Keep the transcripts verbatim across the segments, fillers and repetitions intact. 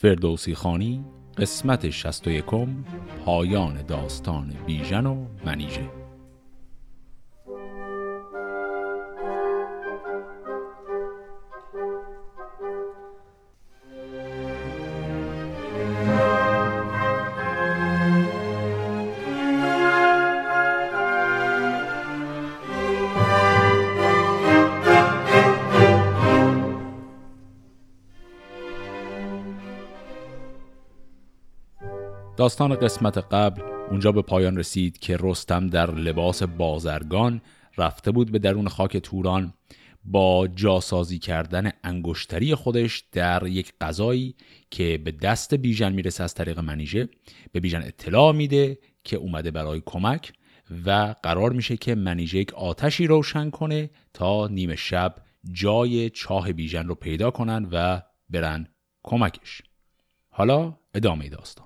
فردوسی خانی قسمت شصت و یکم، پایان داستان بیژن و منیژه. داستان قسمت قبل اونجا به پایان رسید که رستم در لباس بازرگان رفته بود به درون خاک توران با جاسازی کردن انگشتری خودش در یک غذایی که به دست بیژن میرسه از طریق منیژه. به بیژن اطلاع میده که اومده برای کمک و قرار میشه که منیژه یک آتشی روشن کنه تا نیمه شب جای چاه بیژن رو پیدا کنن و برن کمکش. حالا ادامه داستان.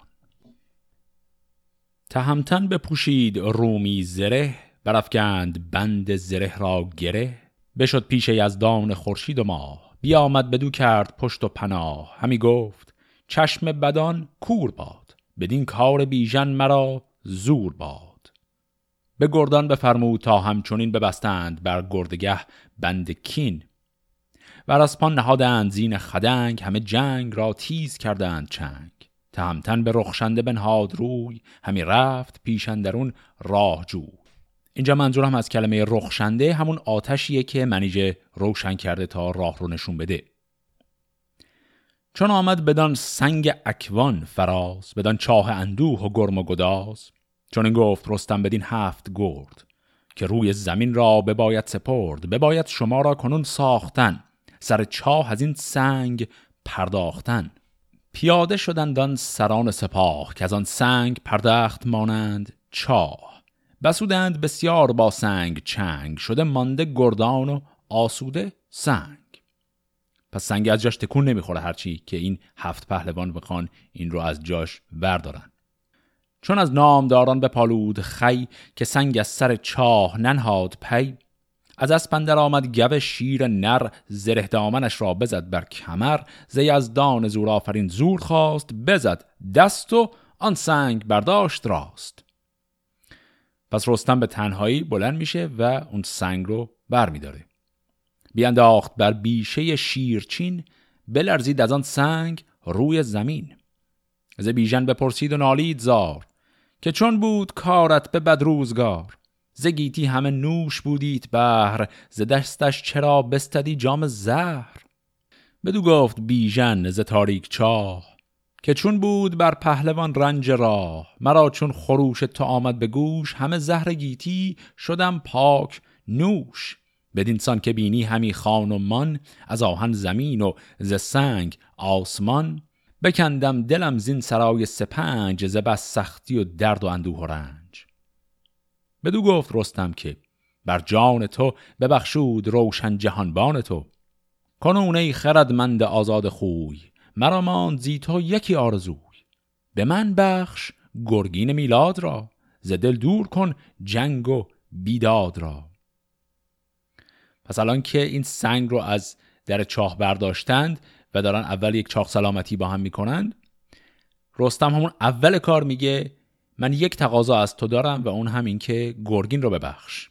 تهمتن بپوشید رومی زره، برافکند بند زره را گره. بشد پیش یزدان خورشید و ماه، بیامد بدو کرد پشت و پناه. همی گفت چشم بدان کور باد، بدین کار بیژن مرا زور باد. به گردان بفرمود تا همچنین ببستند بر گردگه بند کین. ور اسپان نهادند زین خدنگ، همه جنگ را تیز کردند چنگ. تهمتن به رخشنده بنهاد روی، همی رفت پیش اندرون راه جوی. اینجا منظورم از کلمه رخشنده همون آتشیه که منیژه روشن کرده تا راه رو نشون بده. چون آمد بدان سنگ اکوان فراز، بدان چاه اندوه و گرم و گداز. چون این گفت رستم بدین هفت گرد، که روی زمین را بباید سپرد. بباید شما را کنون ساختن، سر چاه از این سنگ پرداختن. پیاده شدند آن سران سپاه، که از آن سنگ پرداخت مانند چاه. بسودند بسیار با سنگ چنگ، شده مانده گردان و آسوده سنگ. پس سنگ از جاش تکون نمیخوره هرچی که این هفت پهلوان بخوان این رو از جاش بردارن. چون از نامداران به پالود خی، که سنگ از سر چاه ننهاد پی. از اسپندر آمد گو شیر نر، زره دامنش را بزد بر کمر. ز یزدان زور آفرین زور خواست، بزد دست و آن سنگ برداشت راست. پس رستم به تنهایی بلند میشه و اون سنگ رو بر میداره. بیانداخت بر بیشه شیرچین، بلرزید از آن سنگ روی زمین. ز بیژن بپرسید و نالید زار، که چون بود کارت به بد روزگار. ز گیتی همه نوش بودیت بهر، ز دستش چرا بستدی جام زهر. بدو گفت بیژن ز تاریک چاه، که چون بود بر پهلوان رنج راه. مرا چون خروش تو آمد به گوش، همه زهر گیتی شدم پاک نوش. بدینسان که بینی همی خان و مان، از آهن زمین و ز سنگ آسمان. بکندم دلم زین سرای سپنج، ز بس سختی و درد و اندوه و رنج. بدو گفت رستم که بر جان تو، ببخشود روشن جهانبان تو. کنون ای خردمند آزاد خوی، مرا ماند زی تو یکی آرزوی. به من بخش گرگین میلاد را، ز دل دور کن جنگ و بیداد را. پس الان که این سنگ رو از در چاه برداشتند و دارن اول یک چاه سلامتی با هم میکنند، رستم همون اول کار میگه من یک تقاضا از تو دارم و اون هم این که گرگین رو ببخش.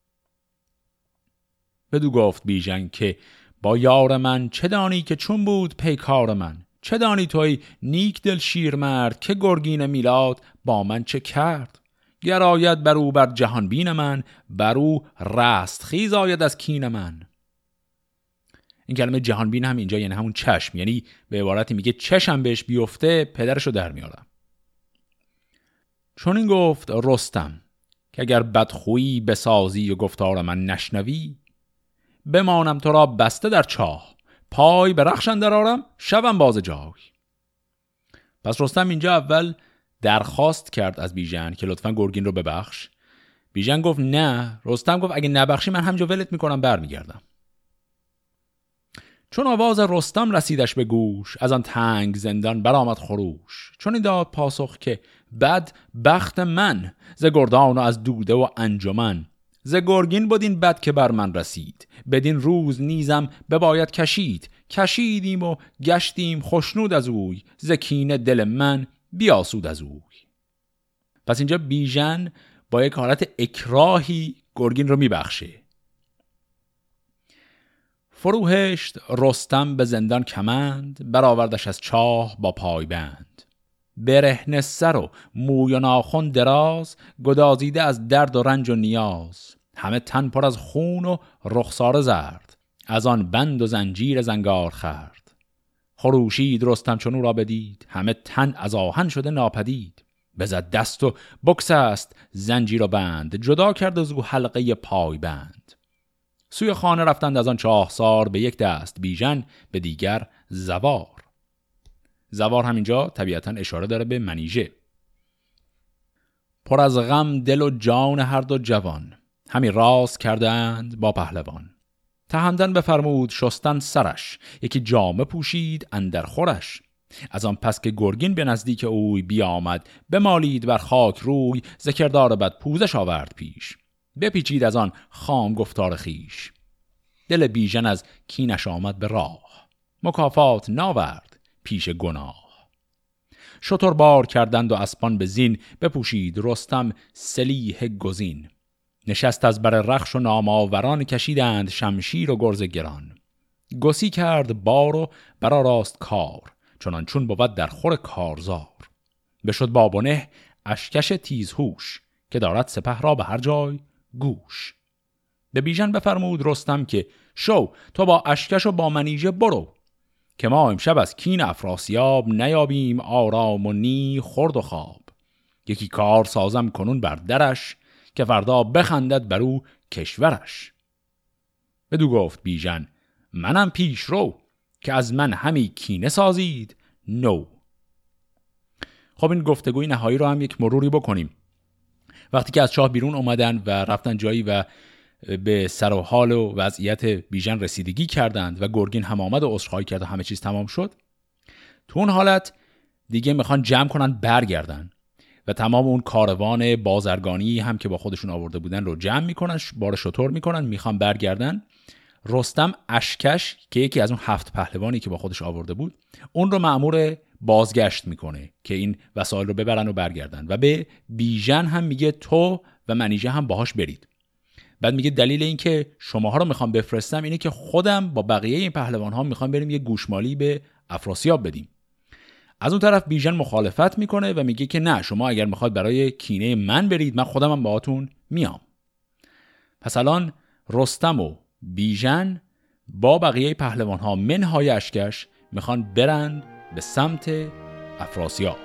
بدو گفت بیژن که با یار من، چه دانی که چون بود پیکار من. چه دانی توی نیک دل شیر مرد، که گرگین میلاد با من چه کرد. گر آید بر او بر جهان بین من، بر او رست خیز آید از کین من. این کلمه جهان بین هم اینجا یعنی همون چشم، یعنی به عبارتی میگه چشم بهش بیفته پدرشو در میارم. چون این گفت رستم که اگر بدخویی بسازی و گفتار من نشنوی، بمانم تو را بسته در چاه. پای به رخش اندر آرم شبم باز جای. پس رستم اینجا اول درخواست کرد از بیژن که لطفاً گرگین رو ببخش. بیژن گفت نه. رستم گفت اگه نبخشی من همجا ولت میکنم برمیگردم. چون آواز رستم رسیدش به گوش، از آن تنگ زندان برآمد خروش. چون این داد پاسخ که بد بخت من، ز گردان و از دوده و انجمن. ز گرگین بود این بد که بر من رسید، بدین روز نیزم بباید کشید. کشیدیم و گشتیم خشنود از اوی، ز کینه دل من بیاسود از اوی. پس اینجا بیژن با یک حالت اکراهی گرگین رو میبخشه. فروهشت رستم به زندان کمند، برآوردش از چاه با پایبند. برهنه سر و موی و ناخن دراز، گدازیده از درد و رنج و نیاز. همه تن پر از خون و رخسار زرد، از آن بند و زنجیر زنگار خرد. خروشید رستم چون او را بدید، همه تن از آهن شده ناپدید. بزد دست و بگسست زنجیر و بند، جدا کرد از او حلقه پای بند. سوی خانه رفتند از آن چاهسار، به یک دست بیژن به دیگر زوار. زوار همینجا طبیعتاً اشاره داره به منیژه. پر از غم دل و جان هر دو جوان، همی راست کردند با پهلوان. تهمتن بفرمود شستن سرش، یکی جامه پوشید اندر خورش. از آن پس که گرگین به نزدیک اوی بیامد، بمالید بر خاک روی، ز کردار بد پوزش آورد پیش. بپیچید از آن خام گفتار خیش. دل بیژن از کینش آمد به راه، مکافات ناورد پیش گناه. شتر بار کردند و اسپان به زین، بپوشید رستم سلیح گزین. نشست از بر رخش و ناماوران، کشیدند شمشیر و گرز گران. گسی کرد بار و برا راست کار، چنان چون بود در خور کارزار. بشد با بنه اشکش تیزهوش، که دارد سپه را به هر جای گوش. به بیژن بفرمود رستم که شو تو با اشکش و با منیژه برو، که ما امشب از کین افراسیاب نیابیم آرام و نی خورد و خواب. یکی کار سازم کنون بر درش، که فردا بخندد بر او کشورش. بدو گفت بیژن منم پیش رو، که از من همی کینه سازید نو. خب این گفتگوی نهایی رو هم یک مروری بکنیم. وقتی که از چاه بیرون اومدن و رفتن جایی و به سر و حال و وضعیت بیژن رسیدگی کردند و گرگین هم آمد و عذرخواهی کرد و همه چیز تمام شد، تو اون حالت دیگه میخوان جمع کنن برگردن و تمام اون کاروان بازرگانی هم که با خودشون آورده بودن رو جمع میکنن، بار شتر میکنن، میخوان برگردن. رستم اشکش که یکی از اون هفت پهلوانی که با خودش آورده بود، اون رو مأمور بازگشت میکنه که این وسایل رو ببرن و برگردن و به بیژن هم میگه تو و منیژه هم باهاش برید. بعد میگه دلیل این که شماها رو میخوام بفرستم اینه که خودم با بقیه این پهلوان ها میخوام بریم یه گوشمالی به افراسیاب بدیم. از اون طرف بیژن مخالفت میکنه و میگه که نه، شما اگر میخواد برای کینه من برید، من خودم هم باهاتون میام. پس الان رستم و بیژن با بقیه پهلوان ها منهای اشکش میخوان برن به سمت افراسیاب.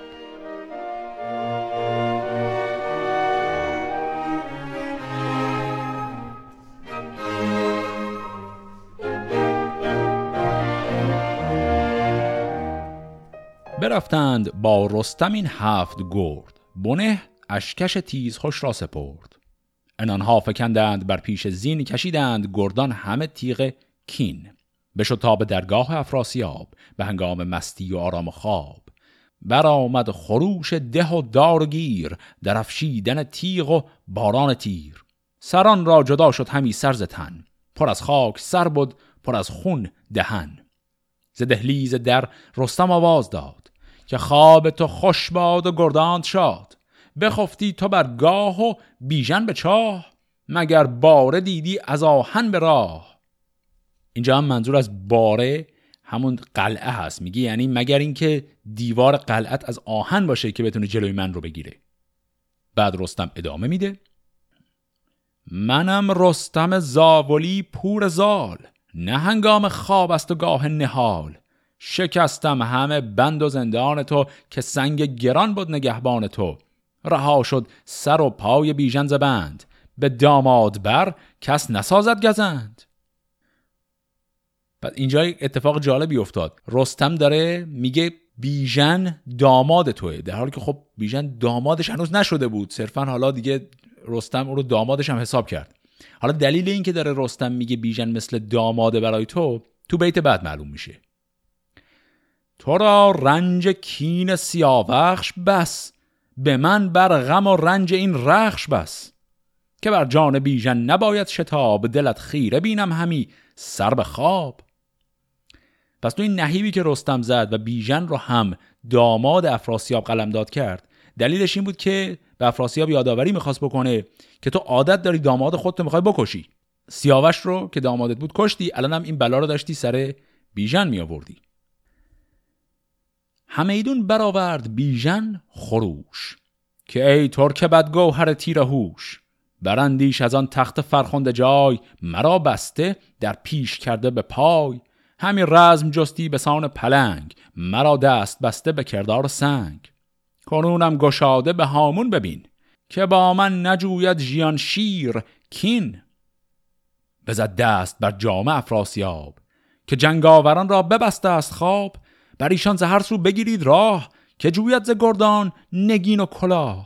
برفتند با رستم این هفت گرد، بنه اشکش تیز خوش را سپرد. انانها فکندند بر پیش زین، کشیدند گردان همه تیغ کین. بشد تا به درگاه افراسیاب، به هنگام مستی و آرام و خواب. برآمد خروش ده و دار و گیر، در افشیدن تیغ و باران تیر. سران را جدا شد همی سر ز تن، پر از خاک سر بود پر از خون دهن. ز دهلیز در رستم آواز داد، که خواب تو خوش باد و گردانت شاد. بخفتی تو بر گاه و بیژن به چاه، مگر باره دیدی از آهن به راه. اینجا هم منظور از باره همون قلعه هست، میگه یعنی مگر اینکه دیوار قلعت از آهن باشه که بتونه جلوی من رو بگیره. بعد رستم ادامه میده، منم رستم زاولی پور زال، نه هنگام خواب است و گاه نهال. شکستم همه بند و زندان تو، که سنگ گران بود نگهبان تو. رها شد سر و پای بیژن ز بند، به داماد بر کس نسازد گزند. بعد اینجا اتفاق جالبی افتاد. رستم داره میگه بیژن داماد توه، در حالی که خب بیژن دامادش هنوز نشده بود، صرفا حالا دیگه رستم اون رو دامادش هم حساب کرد. حالا دلیل این که داره رستم میگه بیژن مثل داماده برای تو، تو بیت بعد معلوم میشه. تو را رنج کین سیاوخش بس، به من بر غم و رنج این رخش بس. که بر جان بیژن نباید شتاب، دلت خیره بینم همی سر به خواب. پس تو این نهیبی که رستم زد و بیژن رو هم داماد افراسیاب قلمداد کرد، دلیلش این بود که به افراسیاب یادآوری میخواست بکنه که تو عادت داری داماد خودت میخوای بکشی. سیاوش رو که دامادت بود کشتی، الان هم این بلا رو داشتی سر بیژن می آوردی. همیدون برآورد بیژن خروش، که ای ترک بدگوهر تیر هوش. برندیش از آن تخت فرخنده جای، مرا بسته در پیش کرده به پای. همین رزم جستی به سان پلنگ، مرا دست بسته به کردار سنگ. کنونم گشاده به هامون ببین، که با من نجوید ژیان شیر کین. بزد دست بر جامه افراسیاب، که جنگاوران را ببسته است خواب. بر ایشان ز هر سو بگیرید راه، که جوید ز گردان نگین و کلاه.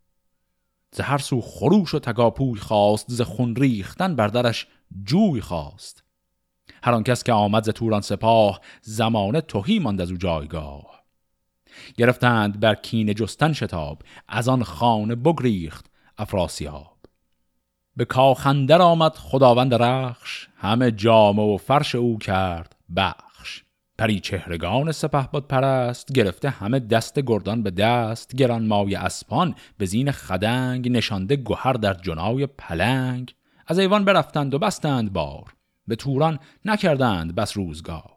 ز هر سو خروش و تگاپوی خواست، ز خون ریختن بر درش جوی خواست. هر آن کس که آمد ز توران سپاه، زمانه تهی ماند از او جایگاه. گرفتند بر کینه جستن شتاب، از آن خانه بگریخت افراسیاب. به کاخ اندر آمد خداوند رخش، همه جامه و فرش او کرد بخش. پری چهرگان سپهبد پرست، گرفته همه دست گردان به دست. گران مایه اسپان به زین خدنگ، نشانده گوهر در جنای پلنگ. از ایوان برفتند و بستند بار، به توران نکردند بس روزگار.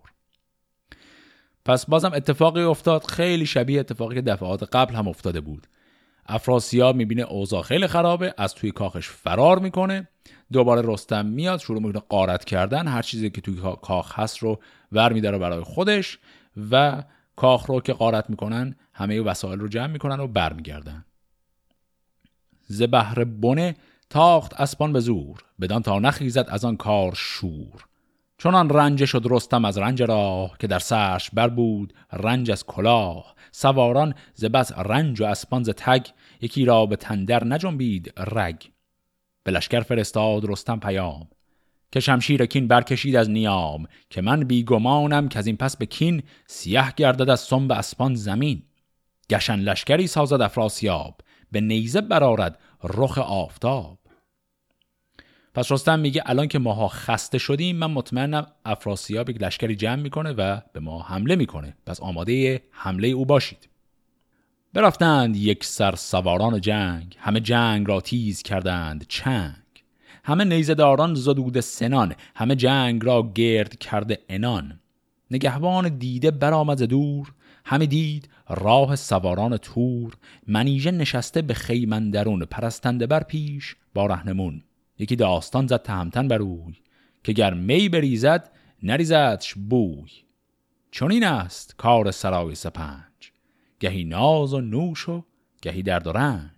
پس بازم اتفاقی افتاد خیلی شبیه اتفاقی که دفعات قبل هم افتاده بود. افراسیاب میبینه اوضاع خیلی خرابه، از توی کاخش فرار میکنه. دوباره رستم میاد شروع میکنه غارت کردن، هر چیزی که توی کاخ هست رو ور میداره برای خودش و کاخ رو که غارت میکنن همه وسایل رو جمع میکنن و برمیگردن. ز بهر بنه تاخت اسپان به زور، بدان تا نخیزد از آن کار شور. چونان رنج شد رستم از رنج راه، که در سرش بر بود رنج از کلاه. سواران ز بس رنج و اسپان ز تگ، یکی را به تندر نجنبید رگ. به لشکر فرستاد رستم پیام، که شمشیر کین برکشید از نیام. که من بیگمانم که از این پس به کین، سیه گردد از سنب اسپان زمین. گشن لشکری سازد افراسیاب، به نیزه برآرد رخ آفتاب. پس رستم میگه الان که ماها خسته شدیم، من مطمئنم افراسیاب یک لشکری جمع میکنه و به ما حمله میکنه، پس آماده حمله او باشید. برفتند یک سر سواران جنگ، همه جنگ را تیز کردند چنگ. همه نیزه داران زدود سنان، همه جنگ را گرد کرده انان. نگهبان دیده برآمد ز دور، همه دید راه سواران تور. منیژه نشسته به خیمه اندرون، پرستنده بر پیش با رهنمون. یکی داستان زد تهمتن بر اوی، که گر می بریزد نریزدش بوی. چون این است کار سرای سپنج، گهی ناز و نوش و گهی درد و رنج.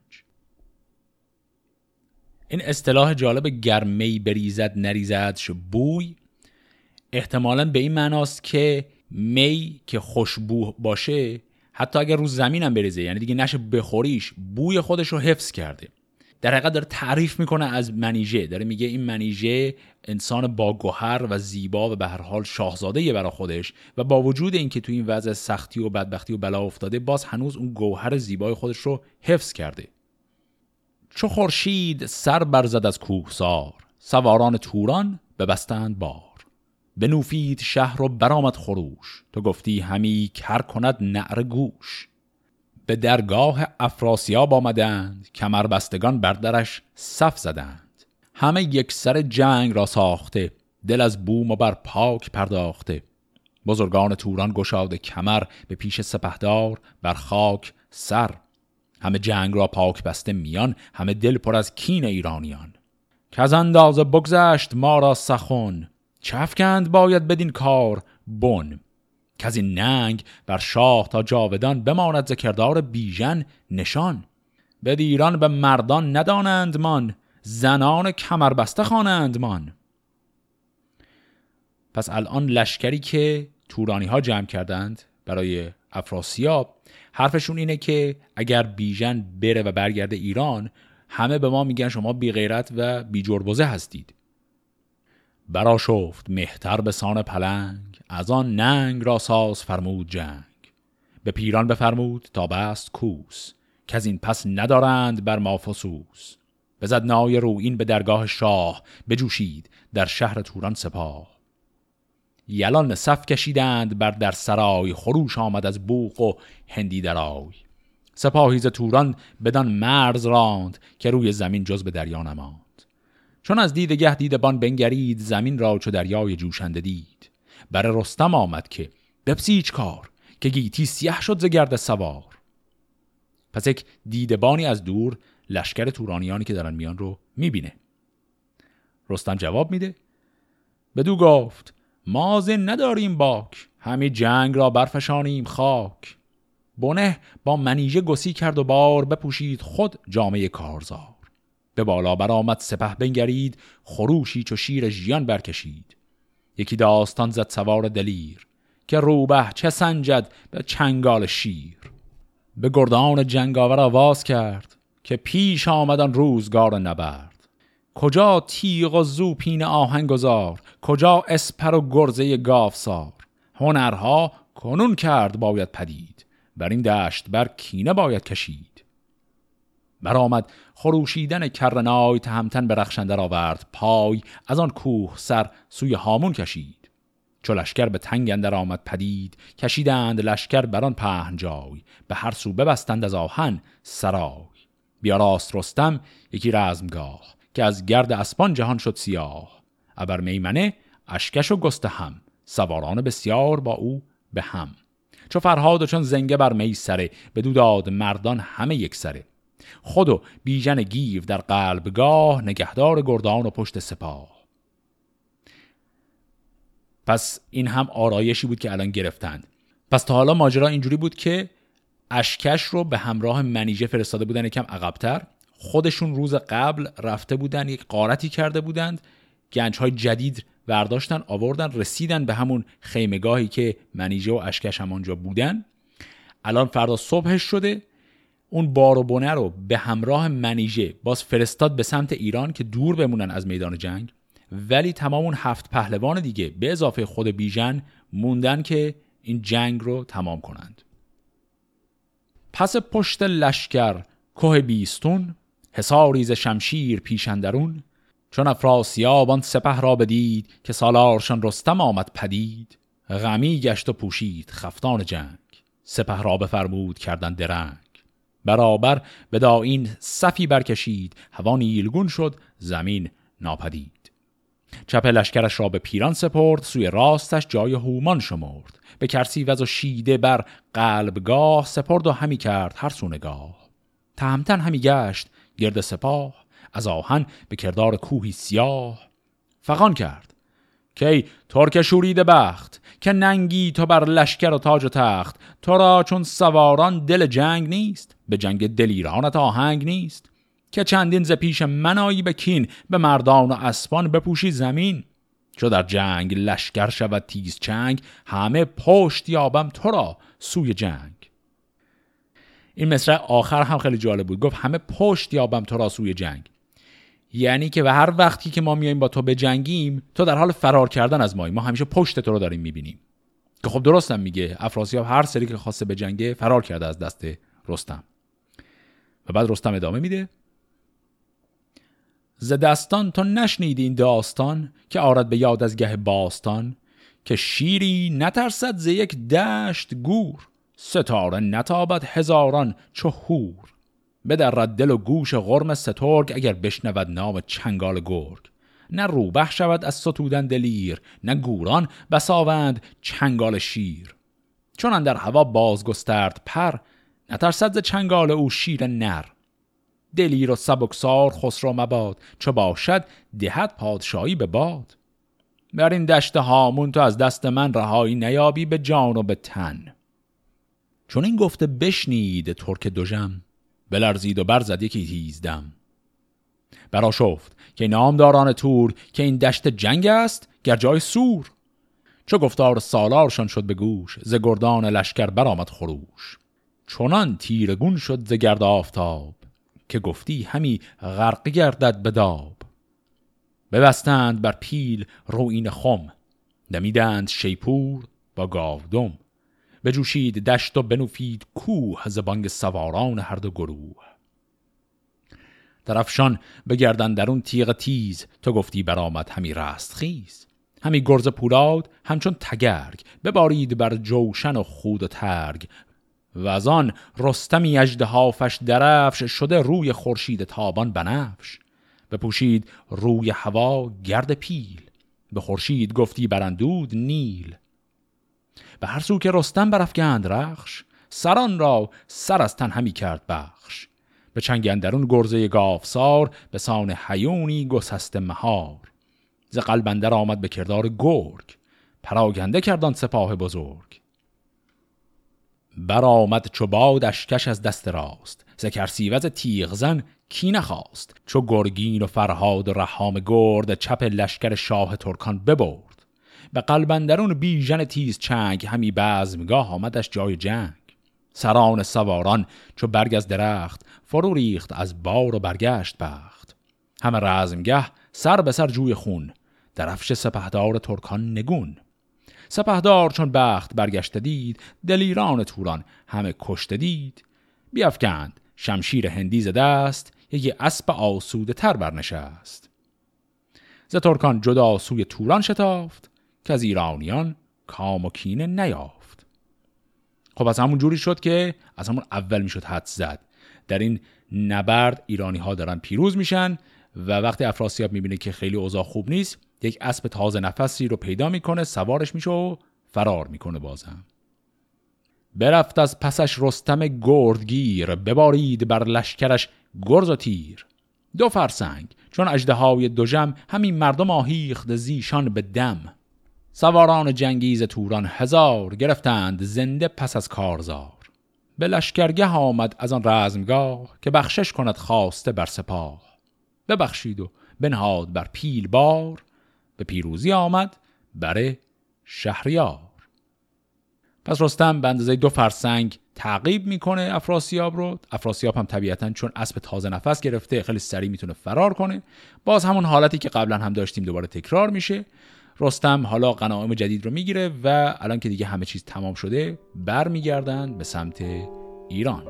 این اصطلاح جالب گر می بریزد نریزدش بوی احتمالاً به این معناست که می که خوشبو باشه حتی اگر رو زمین هم بریزه، یعنی دیگه نشه بخوریش، بوی خودش رو حفظ کرده. در حقیقت داره تعریف میکنه از منیژه، داره میگه این منیژه انسان با گوهر و زیبا و به هر حال شاهزاده‌ای برای خودش و با وجود اینکه تو این وضع سختی و بدبختی و بلا افتاده، باز هنوز اون گوهر زیبای خودش رو حفظ کرده. چو خورشید سر برزد از کوهسار، سواران توران ببستند بار. بنوفید شهر و برآمد خروش، تو گفتی همی کر کند نعره گوش. به درگاه افراسیاب آمدند، کمربستگان بر درش صف زدند. همه یک سر جنگ را ساخته، دل از بوم و بر پاک پرداخته. بزرگان توران گشاده کمر، به پیش سپهدار بر خاک سر. همه جنگ را پاک بسته میان، همه دل پر از کین ایرانیان. که از اندازه بگذشت ما را سخن، چه افکند باید بدین کار بن. که از این ننگ بر شاه تا جاودان، بماند ز کردار بیژن نشان. به ایران به مردان ندانند مان، زنان کمربسته خوانند مان. پس الان لشکری که تورانی ها جمع کردند برای افراسیاب، حرفشون اینه که اگر بیژن بره و برگرده ایران، همه به ما میگن شما بی غیرت و بی جربوزه هستید. برا شفت مهتر به سان پلنگ، از آن ننگ را ساز فرمود جنگ. به پیران بفرمود تا بست کوس، که از این پس ندارند بر ما فسوس. بزد نای رویین به درگاه شاه، بجوشید در شهر توران سپاه. یلان صف کشیدند بر در سرای، خروش آمد از بوق و هندی درای. سپاهی ز توران بدان مرز راند، که روی زمین جز به دریا نماند. چون از دیدگه دیدبان بنگرید، زمین را چو دریای جوشنده دید. بر رستم آمد که بپسیچ کار، که گیتی سیه شد ز گرد سوار. پس یک دیدبانی از دور لشکر تورانیانی که دارن میان رو میبینه. رستم جواب میده، بدو گفت ما زین نداریم باک، همی جنگ را برفشانیم خاک. بنه با منیژه گسی کرد و بار، بپوشید خود جامه کارزار. به بالا برآمد سپه بنگرید، خروشی چو شیر ژیان برکشید. یکی داستان زد سوار دلیر، که روبه چه سنجد به چنگال شیر. به گردان جنگاور آواز کرد، که پیش آمدن روزگار نبرد. کجا تیغ و زوپین آهن گذار، کجا اسپر و گرزه گاوسار. هنرها کنون کرد باید پدید، بر این دشت بر کینه باید کشید. برآمد خروشیدن کرنای، تهمتن به رخشنده آورد پای. از آن کوه سر سوی هامون کشید، چو لشکر به تنگ اندر آمد پدید. کشیدند لشکر بران پهن جای، به هر سو ببستند از آهن سرای. بیاراست رستم یکی رزمگاه، که از گرد اسپان جهان شد سیاه. ابر میمنه اشکش و گسته هم، سواران بسیار با او به هم. چو فرهاد و چون زنگه بر میسره، بدو داد مردان همه یک سره. خود و بیژن گیو در قلبگاه، نگهدار گردان و پشت سپاه. پس این هم آرایشی بود که الان گرفتند. پس تا حالا ماجرا اینجوری بود که اشکش رو به همراه منیژه فرستاده بودن یکم عقب‌تر. خودشون روز قبل رفته بودن، یک غارتی کرده بودند، گنج‌های جدید برداشتن آوردن، رسیدن به همون خیمگاهی که منیژه و اشکش هم اونجا بودن. الان فردا صبحش شده، اون بار و بنه رو به همراه منیژه باز فرستاد به سمت ایران که دور بمونن از میدان جنگ. ولی تمام اون هفت پهلوان دیگه به اضافه خود بیژن موندن که این جنگ رو تمام کنند. پس پشت لشکر کوه بیستون، حصاری ز شمشیر پیش اندرون. چون افراسیاب آن سپه را بدید، که سالارشان رستم آمد پدید. غمی گشت و پوشید خفتان جنگ، سپه را بفرمود کردن درنگ. برابر بداین صفی برکشید، هوا نیلگون شد زمین ناپدید. چپ لشکرش را به پیران سپرد، سوی راستش جای هومان شمرد. به کرسیوز و شیده بر قلبگاه، سپرد و همی کرد هر سو نگاه. تهمتن همی گشت گرد سپاه، از آهن به کردار کوهی سیاه. فغان کرد که ای ترک شوریده بخت، که ننگی تو بر لشکر و تاج و تخت. تو را چون سواران دل جنگ نیست، به جنگ دلیرانت آهنگ نیست. که چندین ز پیش من آیی به کین، به مردان و اسپان بپوشی زمین. چو در جنگ لشکر شود تیز چنگ، همه پشت یابم تو را سوی جنگ. این مصرع آخر هم خیلی جالب بود، گفت همه پشت یابم تو را سوی جنگ. یعنی که به هر وقتی که ما میایم با تو بجنگیم، تو در حال فرار کردن از مایی، ما همیشه پشت تو رو داریم میبینیم. که خب درستم میگه، افراسیاب هر سری که خواسته بجنگه فرار کرده از دست رستم. و بعد رستم ادامه میده، ز دستان تو نشنیدی این داستان، که آرد به یاد از گه باستان. که شیری نترسد ز یک دشت گور، ستاره نتابد هزاران چو هور. بدرد دل و گوش غرم سترگ، اگر بشنود نام چنگال گرگ. نه روبه شود از ستودن دلیر، نه گوران بساوند چنگال شیر. چون اندر هوا بازگسترد پر، نترسد ز چنگال او شیر نر. دلیر و سبکسار خسرو مباد، چو باشد دهد پادشاهی به باد. بر این دشت هامون تو از دست من رهایی نیابی به جان و به تن. چون این گفته بشنید ترک دژم، بلرزید و برزد یکی تیزدم. برآشفت که نامداران تور، که این دشت جنگ است گر جای سور. چو گفتار سالارشان شد به گوش، ز گردان لشکر برآمد خروش. چنان تیرگون شد ز گرد آفتاب، که گفتی همی غرق گردد به داب. ببستند بر پیل رویین خم، دمیدند شیپور با گاودم. بجوشید دشت و بنوفید کوه، ز بانگ سواران هر دو گروه. درفشان بگردن درون تیغ تیز، تو گفتی برآمد همی رست خیز. همی گرز پولاد همچون تگرگ، ببارید بر جوشن و خود و ترگ. و از آن رستمی اژدهافش درفش، شده روی خورشید تابان بنفش. بپوشید روی هوا گرد پیل، به خورشید گفتی براندود نیل. به هر سو که رستم برافگند رخش، سران را سر از تن همی کرد بخش. به چنگ اندرون گرزه گاوسار، به سان هیونی گسسته مهار. ز قلب اندر آمد به کردار گرگ، پراگنده کردان سپاه بزرگ. بر آمد چو باد اشکش از دست راست، ز کرسیوز تیغ زن کی نخواست. چو گرگین و فرهاد و رهام گرد، چپ لشکر شاه ترکان ببرد. به قلب اندرون بیژن تیز چنگ، همی بزمگاه آمدش جای جنگ. سران سواران چو برگ از درخت، فرو ریخت از بار و برگشت بخت. همه رزمگه سر به سر جوی خون، درفش سپهدار ترکان نگون. سپهدار چون بخت برگشته دید، دلیران توران همه کشته دید. بیفکند شمشیر هندی ز دست، یکی اسب آسوده تر برنشست. ز ترکان جدا سوی توران شتافت، که از ایرانیان کام و کینه نیافت. خب از همون جوری شد که از همون اول میشد حدس زد. در این نبرد ایرانی ها دارن پیروز میشن و وقتی افراسیاب میبینه که خیلی اوضاع خوب نیست، یک اسب تازه نفسی رو پیدا میکنه، سوارش میشه و فرار میکنه. بازم برفت از پسش رستم گردگیر، ببارید بر لشکرش گرز و تیر. دو فرسنگ چون اژدهای دژم، همین مردم آهیخت زیشان به دم. سواران جنگیز توران هزار، گرفتند زنده پس از کارزار. به لشکرگه آمد از آن رزمگاه، که بخشش کند خواسته بر سپاه. ببخشید و بنهاد بر پیل بار، به پیروزی آمد بر شهریار. پس رستم به اندازه دو فرسنگ تعقیب میکنه افراسیاب رو. افراسیاب هم طبیعتاً چون اسب تازه نفس گرفته خیلی سریع میتونه فرار کنه. باز همون حالتی که قبلا هم داشتیم دوباره تکرار میشه. رستم حالا غنایم جدید رو میگیره و الان که دیگه همه چیز تمام شده برمیگردن به سمت ایران.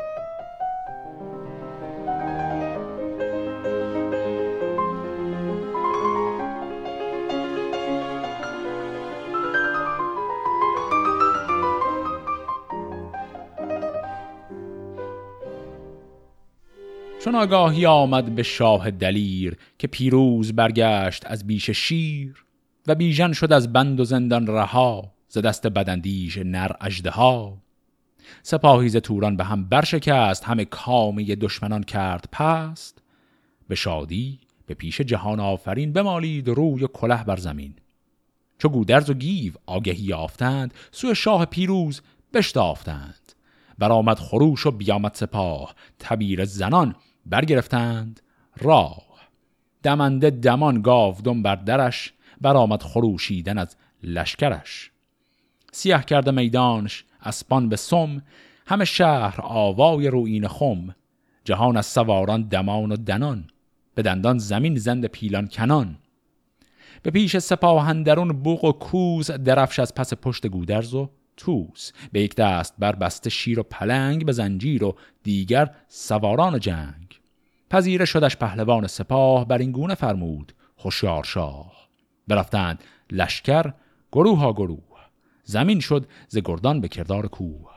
چون آگاهی آمد به شاه دلیر، که پیروز برگشت از بیش شیر. و بیژن شد از بند و زندان رها، ز دست بداندیش نر اژدها. سپاهی ز توران به هم برشکست، همه کامی دشمنان کرد پست. به شادی به پیش جهان آفرین، بمالید روی و کله بر زمین. چو گودرز و گیو آگهی یافتند، سوی شاه پیروز بشتافتند. برآمد خروش و بیامد سپاه، تبیر زنان برگرفتند راه. دمنده دمان گاودم بر درش، برآمد خروشیدن از لشکرش. سیه کرده میدانش اسپان به سم، همه شهر آوای رویین خم. جهان از سواران دمان و دنان، به دندان زمین زند پیلان کنان. به پیش سپاه اندرون بوق و کوس، درفش از پس پشت گودرز و توس. به یک دست بر بسته شیر و پلنگ، به زنجیر و دیگر سواران جنگ. پذیره شدش پهلوان سپاه، بر این گونه فرمود هوشیار شاه. برفتند لشکر گروه ها گروه، زمین شد ز گردان به کردار کوه.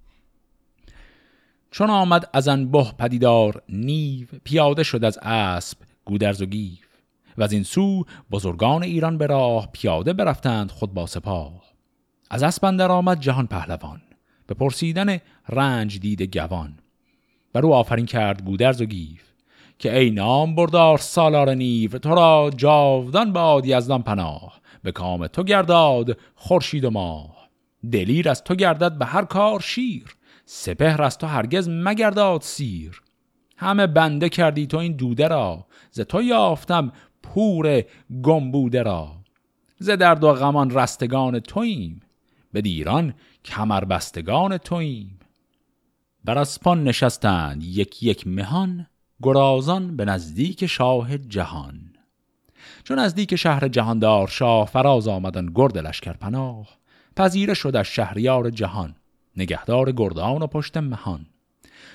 چون آمد از انبه پدیدار نیو، پیاده شد از اسب گودرز و گیو. و از این سو بزرگان ایران به راه، پیاده برفتند خود با سپاه. از اسب اندر آمد جهان پهلوان، به پرسیدن رنج دید گوان. بر او آفرین کرد گودرز و گیو، که ای نام بردار سالار نیو. تو را جاودان باد یزدان پناه، به کام تو گرداد خورشید و ماه. دلیر از تو گردد به هر کار شیر، سپهر از تو هرگز مگرداد سیر. همه بنده کردی تو این دوده را، ز تو یافتم پور گمبوده را. ز درد و غمان رستگان توییم، به دیران کمر بستگان توییم. بر اسپان نشستند یک یک مهان، گرازان به نزدیک شاه جهان. چون نزدیک شهر جهاندار شاه، فراز آمدن گرد لشکر پناه. پذیره شد از شهریار جهان، نگهدار گردان و پشت مهان.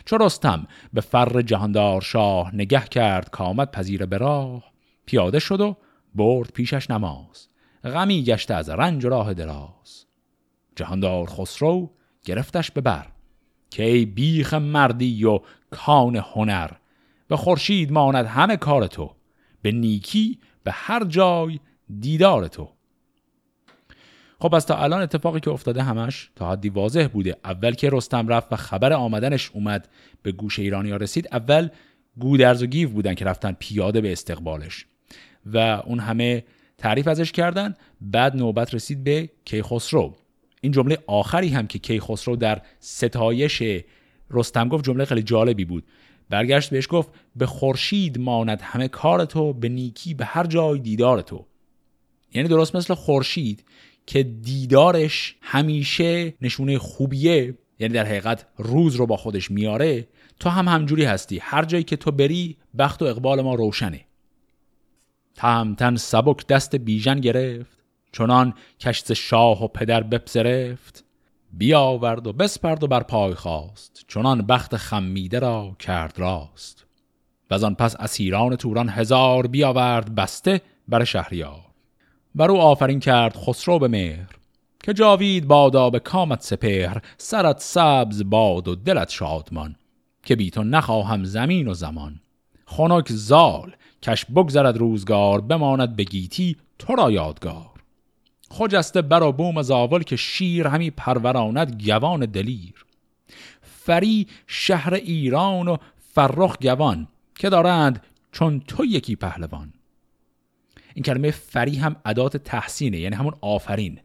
چو رستم به فر جهاندار شاه، نگه کرد کامد پذیر به راه. پیاده شد و برد پیشش نماز، غمی گشته از رنج و راه دراز. جهاندار خسرو گرفتش به بر، که ای بیخ مردی و کان هنر. به خورشید ماند همه کار تو، به نیکی به هر جای دیدار تو. خب از تا الان اتفاقی که افتاده همش تا حدی واضح بوده. اول که رستم رفت و خبر آمدنش اومد به گوش ایرانی‌ها رسید، اول گودرز و گیو بودن که رفتن پیاده به استقبالش و اون همه تعریف ازش کردن. بعد نوبت رسید به کیخسرو. این جمله آخری هم که کیخسرو در ستایش رستم گفت جمله خیلی جالبی بود. برگشت بهش گفت به خورشید ماند همه کار تو، به نیکی به هر جای دیدار تو. یعنی درست مثل خورشید که دیدارش همیشه نشونه خوبیه، یعنی در حقیقت روز رو با خودش میاره، تو هم همجوری هستی. هر جایی که تو بری بخت و اقبال ما روشنه. تهمتن سبک دست بیژن گرفت، چنان کشت شاه و پدر بپذرفت. بیاورد و بسپرد و بر پای خواست، چنان بخت خمیده را کرد راست. و از آن پس اسیران توران هزار، بیاورد بسته بر شهریار. بر او آفرین کرد خسرو به مهر، که جاوید بادا به کامت سپهر. سرت سبز باد و دلت شادمان، که بی تو نخواهم زمین و زمان. خنک زال کش بگذرد روزگار، بماند به گیتی تو را یادگار. خجسته بر و بوم زاول، که شیر همی پروراند گوان دلیر. فری شهر ایران و فرخ گوان، که دارند چون تو یکی پهلوان. این کلمه فری هم ادات تحسینه، یعنی همون آفرین.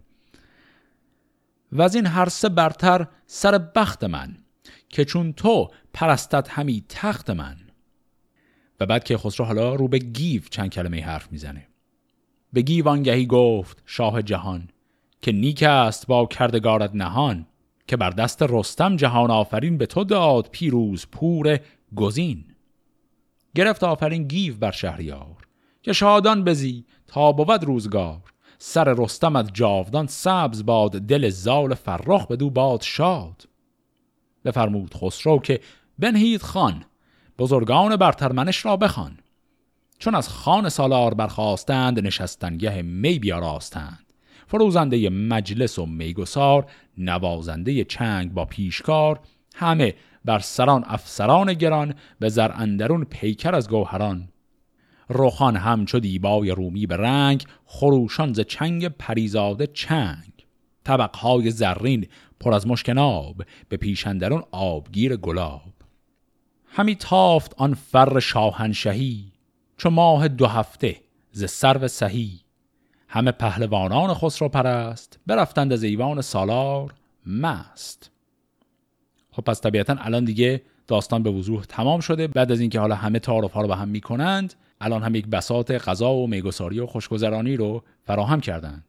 و از این هر سه برتر سر بخت من، که چون تو پرستد همی تخت من. و بعد که خسرو حالا رو به گیو چند کلمه حرف میزنه. به گیو آنگهی گفت شاه جهان، که نیک است با کردگارت نهان. که بر دست رستم جهان آفرین، به تو داد پیروز پور گزین. گرفت آفرین گیو بر شهریار، که شادان بزی تا بود روزگار. سر رستمت جاودان سبز باد، دل زال فرخ بدو باد شاد. بفرمود خسرو که بنهید خان، بزرگان برترمنش را بخوان. چون از خان سالار برخاستند، نشستنگه می بیاراستند. فروزنده مجلس و میگسار، نوازنده چنگ با پیشکار. همه بر سران افسران گران، به زر اندرون پیکر از گوهران. رخان همچو دیبای رومی به رنگ، خروشان ز چنگ پریزاده چنگ. طبقهای زرین پر از مشک ناب، به پیش اندرون آبگیر گلاب. همی تافت آن فر شاهنشهی، چو ماه دو هفته ز سرو سهی. همه پهلوانان خسرو پرست، برفتند از ایوان سالار مست. خب پس طبیعتا الان دیگه داستان به وضوح تمام شده. بعد از اینکه حالا همه تعارف‌ها رو به هم میکنند، الان هم یک بساط غذا و میگساری و خوشگذرانی رو فراهم کردند.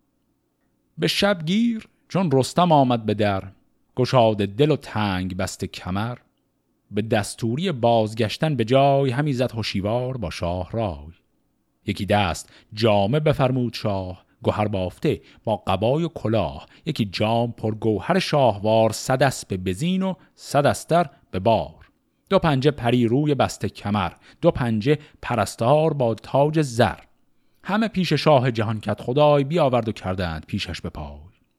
به شبگیر چون رستم آمد به در، گشاده دل و تنگ بسته کمر. به دستوری بازگشتن به جای، همی زد هوشیوار با شاه رای. یکی دست جامه بفرمود شاه، گوهر بافته با قبای و کلاه. یکی جام پر گوهر شاهوار، صد اسپ بزین و صد استر به بار. دو پنجه پری روی بسته کمر، دو پنجه پرستار با تاج زر. همه پیش شاه جهان کد خدای، بیاورد و کردند پیشش به پای.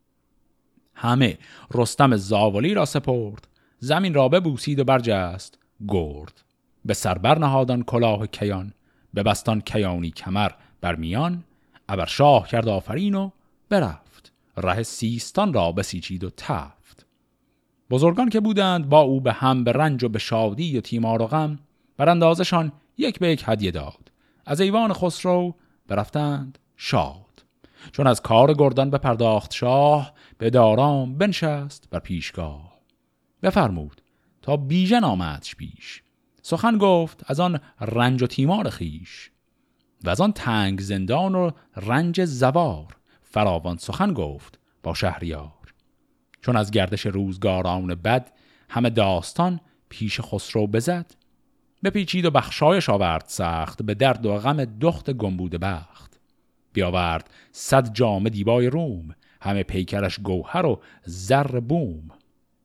همه رستم زاولی را سپرد، زمین را ببوسید و برجست گرد. به سر بر نهادان کلاه کیان، به بستان کیانی کمر بر میان. ابر شاه کرد آفرین و برفت، ره سیستان را بسیچید و تفت. بزرگان که بودند با او به هم، به رنج و به شادی و تیمار و غم. بر اندازشان یک به یک هدیه داد، از ایوان خسرو برفتند شاد. چون از کار گردان بپرداخت شاه، به دارام بنشست بر پیشگاه. بفرمود تا بیژن آمدش پیش، سخن گفت از آن رنج و تیمار خیش. و از آن تنگ زندان و رنج زوار، فراوان سخن گفت با شهریار. چون از گردش روزگاران بد، همه داستان پیش خسرو بزد. بپیچید و بخشایش آورد سخت، به درد و غم دخت گمبود بخت. بیاورد صد جام دیبای روم، همه پیکرش گوهر و زر بوم.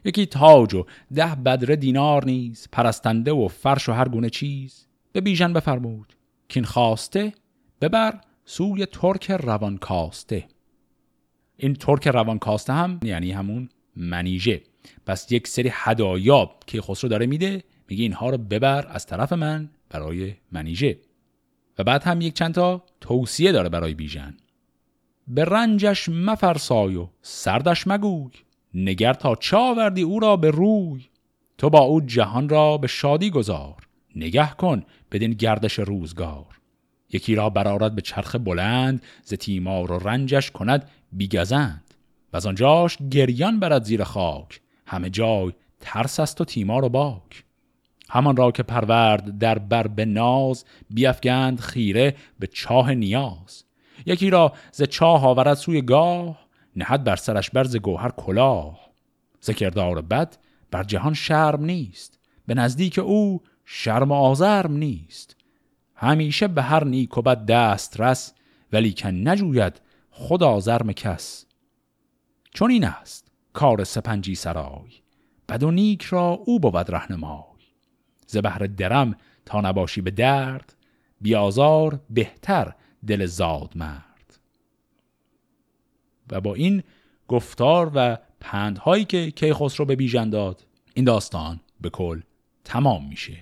یکی تاج و ده بدره دینار نیز، پرستنده و فرش و هر گونه چیز. به بیژن بفرمود کین خواسته، ببر سوی ترک روان کاسته. این ترک روان کاسته هم یعنی همون منیژه. پس یک سری هدایا که خسرو داره میده، میگه اینها رو ببر از طرف من برای منیژه. و بعد هم یک چند تا توصیه داره برای بیژن. به رنجش مفرسای و سردش مگوی، نگر تا چه آوردی او را به روی. تو با او جهان را به شادی گذار، نگه کن بدین گردش روزگار. یکی را برآرد به چرخ بلند، ز تیمار و رنجش کند بیگزند. و از آنجاش گریان برد زیر خاک، همه جای ترس است و تیمار و باک. همان را که پرورد در بر به ناز، بیفگند خیره به چاه نیاز. یکی را ز چاه آورد سوی گاه، نهد بر سرش برز گوهر کلاه. ز کردار بد بر جهان شرم نیست، به نزدیک او شرم و آزرم نیست. همیشه به هر نیک و بد دست رس، ولی که نجوید خود آزرم کس. چون این است کار سپنجی سرای، بد و نیک را او بود رهنمای. ز بهر درم تا نباشی به درد، بیازار بهتر دل زاد مرد. و با این گفتار و پندهایی که کیخسرو به بیژن داد، این داستان به کل تمام میشه.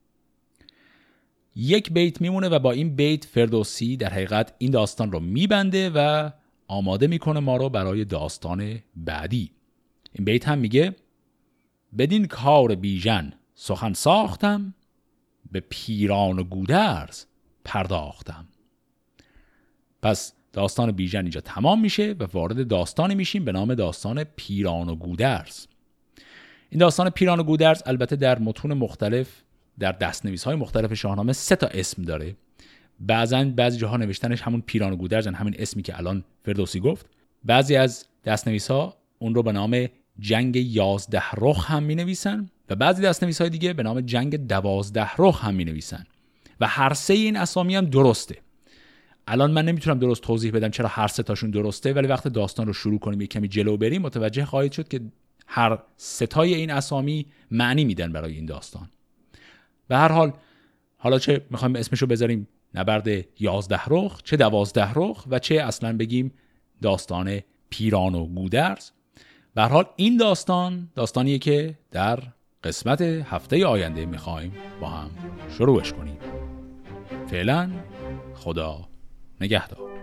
یک بیت میمونه و با این بیت فردوسی در حقیقت این داستان رو میبنده و آماده میکنه ما رو برای داستان بعدی. این بیت هم میگه بدین کار بیژن سخن ساختم، به پیران و گودرز پرداختم. پس داستان بیژن اینجا تمام میشه و وارد داستانی میشیم به نام داستان پیران و گودرز. این داستان پیران و گودرز البته در متون مختلف در دستنویس‌های مختلف شاهنامه سه تا اسم داره. بعضاً بعضی جاها نوشتنش همون پیران و گودرزن، همین اسمی که الان فردوسی گفت. بعضی از دستنویس‌ها اون رو به نام جنگ یازده رخ هم می‌نویسن و بعضی دستنویس‌های دیگه به نام جنگ دوازده رخ هم می‌نویسن و هر سه این اسامی هم درسته. الان من نمیتونم درست توضیح بدم چرا هر سه تاشون درسته، ولی وقتی داستان رو شروع کنیم یک کمی جلو بریم متوجه خواهید شد که هر سه تای این اسامی معنی میدن برای این داستان. به هر حال حالا چه میخوایم اسمشو بذاریم نبرد یازده رخ، چه دوازده رخ و چه اصلا بگیم داستان پیران و گودرز، به هر حال این داستان داستانیه که در قسمت هفته آینده میخوایم با هم شروعش کنیم. فعلا خدا نگهدار.